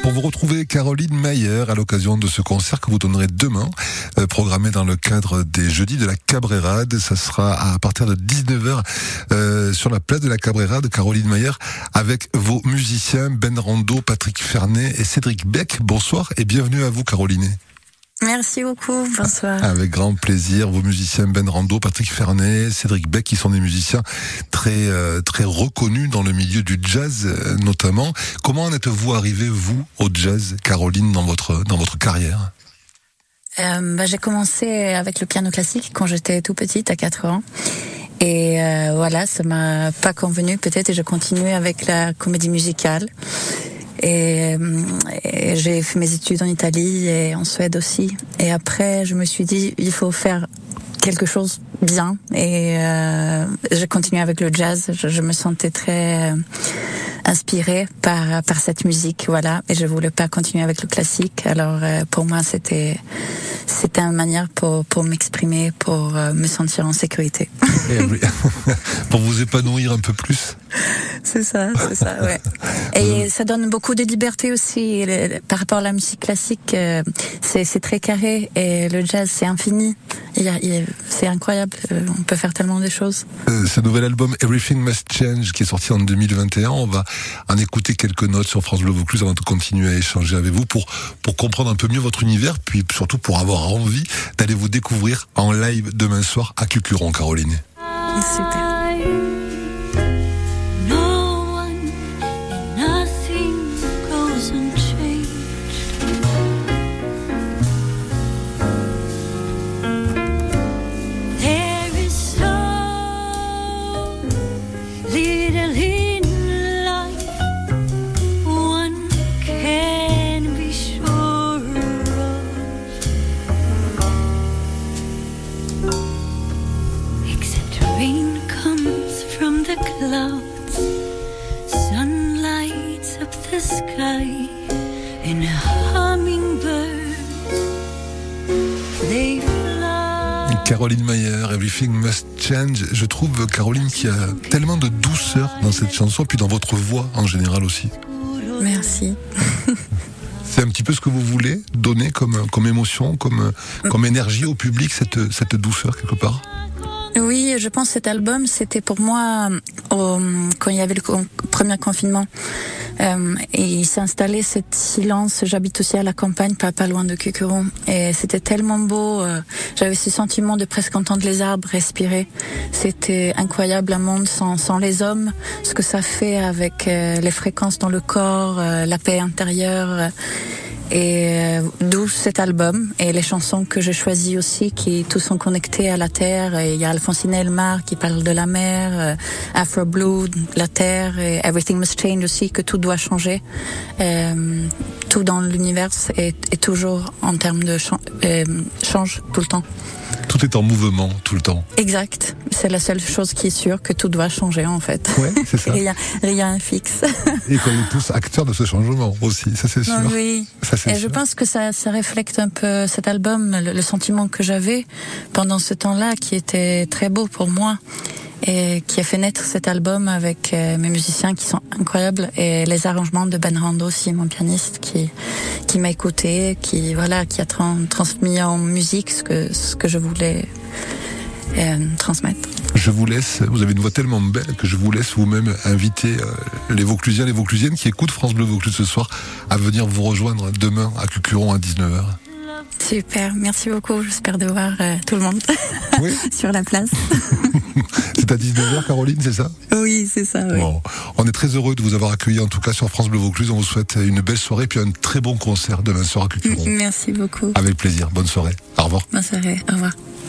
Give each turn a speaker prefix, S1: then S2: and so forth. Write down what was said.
S1: Pour vous retrouver, Caroline Mayer, à l'occasion de ce concert que vous donnerez demain, programmé dans le cadre des Jeudis de la Cabrérade. Ça sera à partir de 19h sur la place de la Cabrérade, Caroline Mayer, avec vos musiciens Ben Rando, Patrick Fernet et Cédric Beck. Bonsoir et bienvenue à vous, Caroline.
S2: Merci beaucoup, bonsoir.
S1: Avec grand plaisir, vos musiciens Ben Rando, Patrick Fernet, Cédric Beck, qui sont des musiciens très reconnus dans le milieu du jazz notamment. Comment en êtes-vous arrivé, vous, au jazz, Caroline, dans votre carrière?
S2: J'ai commencé avec le piano classique quand j'étais tout petite, à 4 ans. Et voilà, ça m'a pas convenu peut-être, et je continuais avec la comédie musicale. Et j'ai fait mes études en Italie et en Suède aussi. Et après, je me suis dit, il faut faire quelque chose bien. Et j'ai continué avec le jazz. Je me sentais très inspirée par cette musique, voilà. Et je voulais pas continuer avec le classique. Alors pour moi, c'était une manière pour m'exprimer, pour me sentir en sécurité.
S1: Pour vous épanouir un peu plus.
S2: C'est ça, ouais. Et ça donne beaucoup de liberté aussi. Par rapport à la musique classique, c'est très carré, et le jazz, c'est infini. C'est incroyable. On peut faire tellement de choses.
S1: Ce nouvel album Everything Must Change, qui est sorti en 2021, on va en écouter quelques notes sur France Bleu Vaucluse avant de continuer à échanger avec vous pour comprendre un peu mieux votre univers, puis surtout pour avoir envie d'aller vous découvrir en live demain soir à Cucuron, Caroline.
S2: Super.
S3: Rain comes from the clouds, sun lights up the sky, and hummingbirds, they fly.
S1: Caroline Mayer, Everything Must Change. Je trouve, Caroline, qu'il y a tellement de douceur dans cette chanson, puis dans votre voix en général aussi.
S2: Merci.
S1: C'est un petit peu ce que vous voulez donner comme émotion, comme énergie au public, cette douceur quelque part?
S2: Oui, je pense que cet album, c'était pour moi quand il y avait le premier confinement. Et il s'est installé ce silence. J'habite aussi à la campagne, pas loin de Cucuron. Et c'était tellement beau. J'avais ce sentiment de presque entendre les arbres respirer. C'était incroyable, un monde sans les hommes. Ce que ça fait avec les fréquences dans le corps, la paix intérieure. Et d'où cet album et les chansons que j'ai choisies aussi, qui tous sont connectés à la terre. Et il y a Alphonsine Elmar qui parle de la mer, Afro Blue, la terre, et Everything Must Change aussi, que tout doit changer. Tout dans l'univers est toujours en termes de change tout le temps.
S1: Tout est en mouvement tout le temps.
S2: Exact. C'est la seule chose qui est sûre, que tout doit changer en fait.
S1: Ouais, c'est ça.
S2: Rien n'est fixe.
S1: Et qu'on est tous acteurs de ce changement aussi, ça c'est sûr.
S2: Oui.
S1: Ça, c'est
S2: et
S1: sûr.
S2: je pense que ça reflète un peu cet album, le sentiment que j'avais pendant ce temps-là, qui était très beau pour moi. Et qui a fait naître cet album avec mes musiciens qui sont incroyables, et les arrangements de Ben Rando aussi, mon pianiste, qui m'a écouté, qui a transmis en musique ce que je voulais transmettre.
S1: Je vous laisse, vous avez une voix tellement belle que je vous laisse vous-même inviter les Vauclusiens, les Vauclusiennes qui écoutent France Bleu Vaucluse ce soir à venir vous rejoindre demain à Cucuron à 19h.
S2: Super, merci beaucoup, j'espère de voir tout le monde sur la place.
S1: C'est à 19h, Caroline, c'est ça?
S2: Oui, c'est ça, oui.
S1: Bon, on est très heureux de vous avoir accueilli en tout cas sur France Bleu Vaucluse. On vous souhaite une belle soirée puis un très bon concert demain soir à Cucuron.
S2: Merci beaucoup.
S1: Avec plaisir, bonne soirée, au revoir.
S2: Bonne soirée, au revoir.